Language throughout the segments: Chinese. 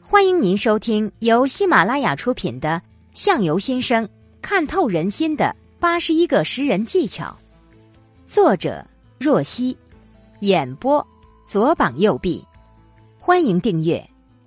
欢迎您收听由喜马拉雅出品的《相由心生，看透人心的81个识人技巧》，作者若曦，演播左膀右臂。欢迎订阅。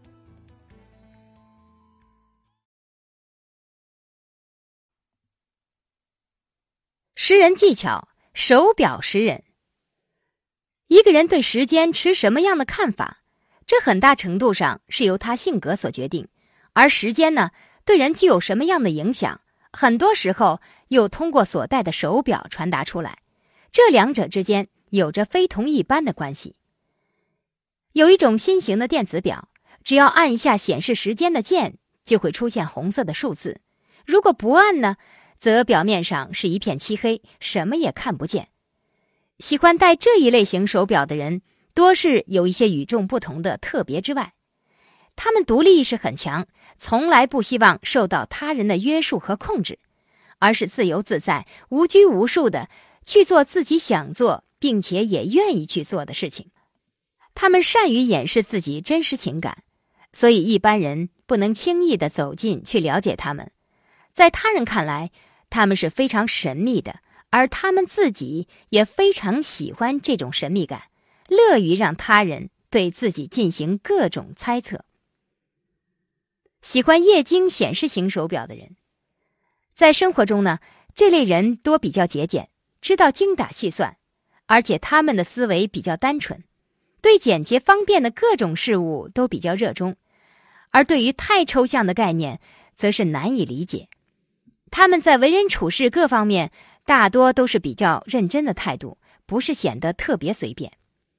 识人技巧，手表识人。一个人对时间持什么样的看法，这很大程度上是由他性格所决定，而时间呢，对人具有什么样的影响，很多时候又通过所戴的手表传达出来，这两者之间有着非同一般的关系。有一种新型的电子表，只要按一下显示时间的键，就会出现红色的数字，如果不按呢，则表面上是一片漆黑，什么也看不见。喜欢戴这一类型手表的人，多是有一些与众不同的特别之外，他们独立意识很强，从来不希望受到他人的约束和控制，而是自由自在、无拘无束的去做自己想做并且也愿意去做的事情。他们善于掩饰自己真实情感，所以一般人不能轻易地走近去了解他们。在他人看来，他们是非常神秘的，而他们自己也非常喜欢这种神秘感，乐于让他人对自己进行各种猜测。喜欢液晶显示型手表的人，在生活中呢，这类人多比较节俭，知道精打细算，而且他们的思维比较单纯，对简洁方便的各种事物都比较热衷，而对于太抽象的概念则是难以理解。他们在为人处事各方面大多都是比较认真的态度，不是显得特别随便。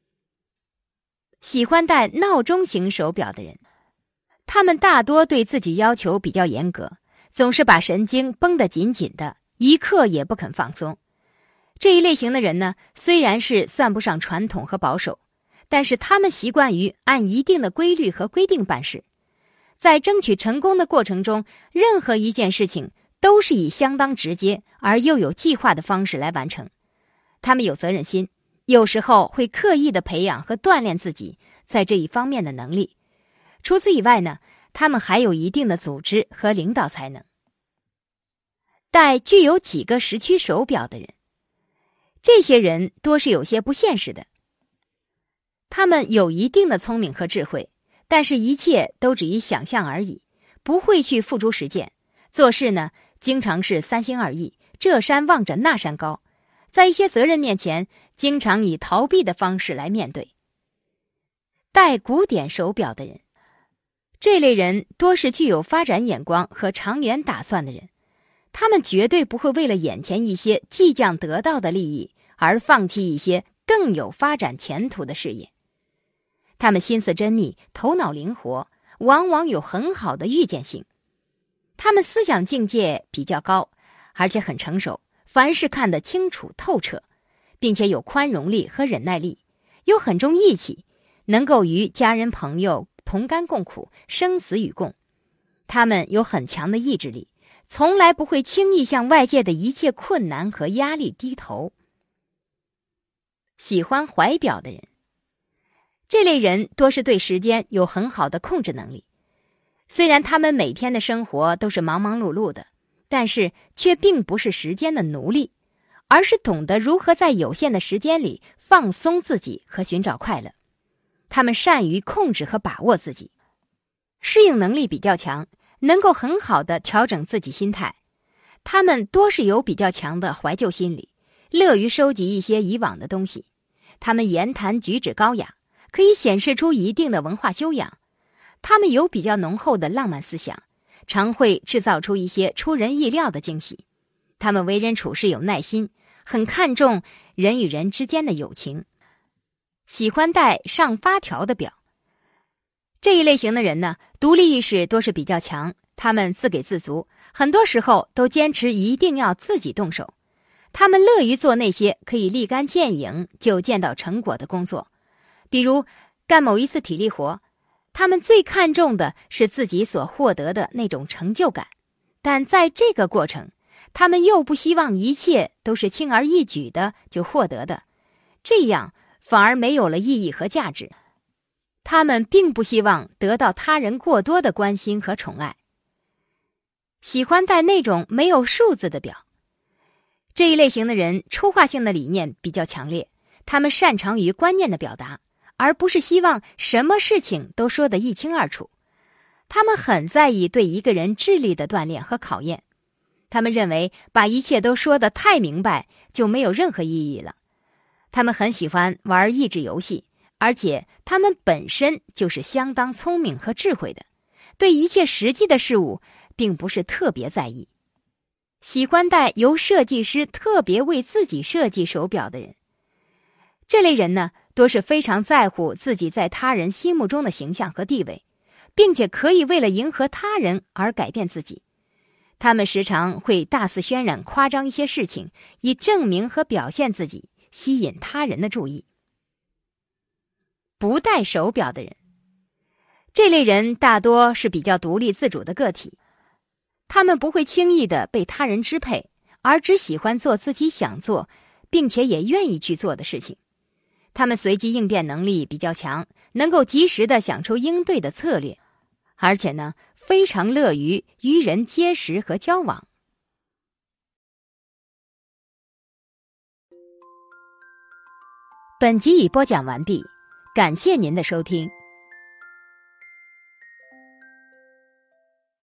喜欢戴闹钟型手表的人，他们大多对自己要求比较严格，总是把神经绷得紧紧的，一刻也不肯放松。这一类型的人呢，虽然是算不上传统和保守，但是他们习惯于按一定的规律和规定办事，在争取成功的过程中，任何一件事情都是以相当直接而又有计划的方式来完成。他们有责任心，有时候会刻意的培养和锻炼自己在这一方面的能力。除此以外呢，他们还有一定的组织和领导才能。戴具有几个时区手表的人，这些人多是有些不现实的。他们有一定的聪明和智慧，但是一切都只以想象而已，不会去付诸实践。做事呢，经常是三心二意，这山望着那山高，在一些责任面前，经常以逃避的方式来面对。戴古典手表的人，这类人多是具有发展眼光和长远打算的人，他们绝对不会为了眼前一些即将得到的利益而放弃一些更有发展前途的事业。他们心思缜密，头脑灵活，往往有很好的预见性。他们思想境界比较高，而且很成熟，凡事看得清楚透彻，并且有宽容力和忍耐力，又很重义气，能够与家人朋友同甘共苦，生死与共。他们有很强的意志力，从来不会轻易向外界的一切困难和压力低头。喜欢怀表的人，这类人多是对时间有很好的控制能力。虽然他们每天的生活都是忙忙碌碌的，但是却并不是时间的奴隶，而是懂得如何在有限的时间里放松自己和寻找快乐。他们善于控制和把握自己，适应能力比较强，能够很好地调整自己心态。他们多是有比较强的怀旧心理，乐于收集一些以往的东西。他们言谈举止高雅，可以显示出一定的文化修养。他们有比较浓厚的浪漫思想，常会制造出一些出人意料的惊喜。他们为人处事有耐心，很看重人与人之间的友情。喜欢戴上发条的表，这一类型的人呢，独立意识多是比较强，他们自给自足，很多时候都坚持一定要自己动手。他们乐于做那些可以立竿见影就见到成果的工作，比如干某一次体力活，他们最看重的是自己所获得的那种成就感，但在这个过程，他们又不希望一切都是轻而易举的就获得的，这样反而没有了意义和价值。他他们并不希望得到他人过多的关心和宠爱，喜欢带那种没有数字的表。这一类型的人抽化性的理念比较强烈，他们擅长于观念的表达，而不是希望什么事情都说得一清二楚。他们很在意对一个人智力的锻炼和考验，他们认为把一切都说得太明白就没有任何意义了。他们很喜欢玩益智游戏，而且他们本身就是相当聪明和智慧的，对一切实际的事物并不是特别在意。喜欢戴由设计师特别为自己设计手表的人，这类人呢，多是非常在乎自己在他人心目中的形象和地位，并且可以为了迎合他人而改变自己。他们时常会大肆渲染夸张一些事情，以证明和表现自己，吸引他人的注意。不戴手表的人，这类人大多是比较独立自主的个体，他们不会轻易地被他人支配，而只喜欢做自己想做并且也愿意去做的事情。他们随机应变能力比较强，能够及时地想出应对的策略，而且呢，非常乐于与人结识和交往。本集已播讲完毕，感谢您的收听。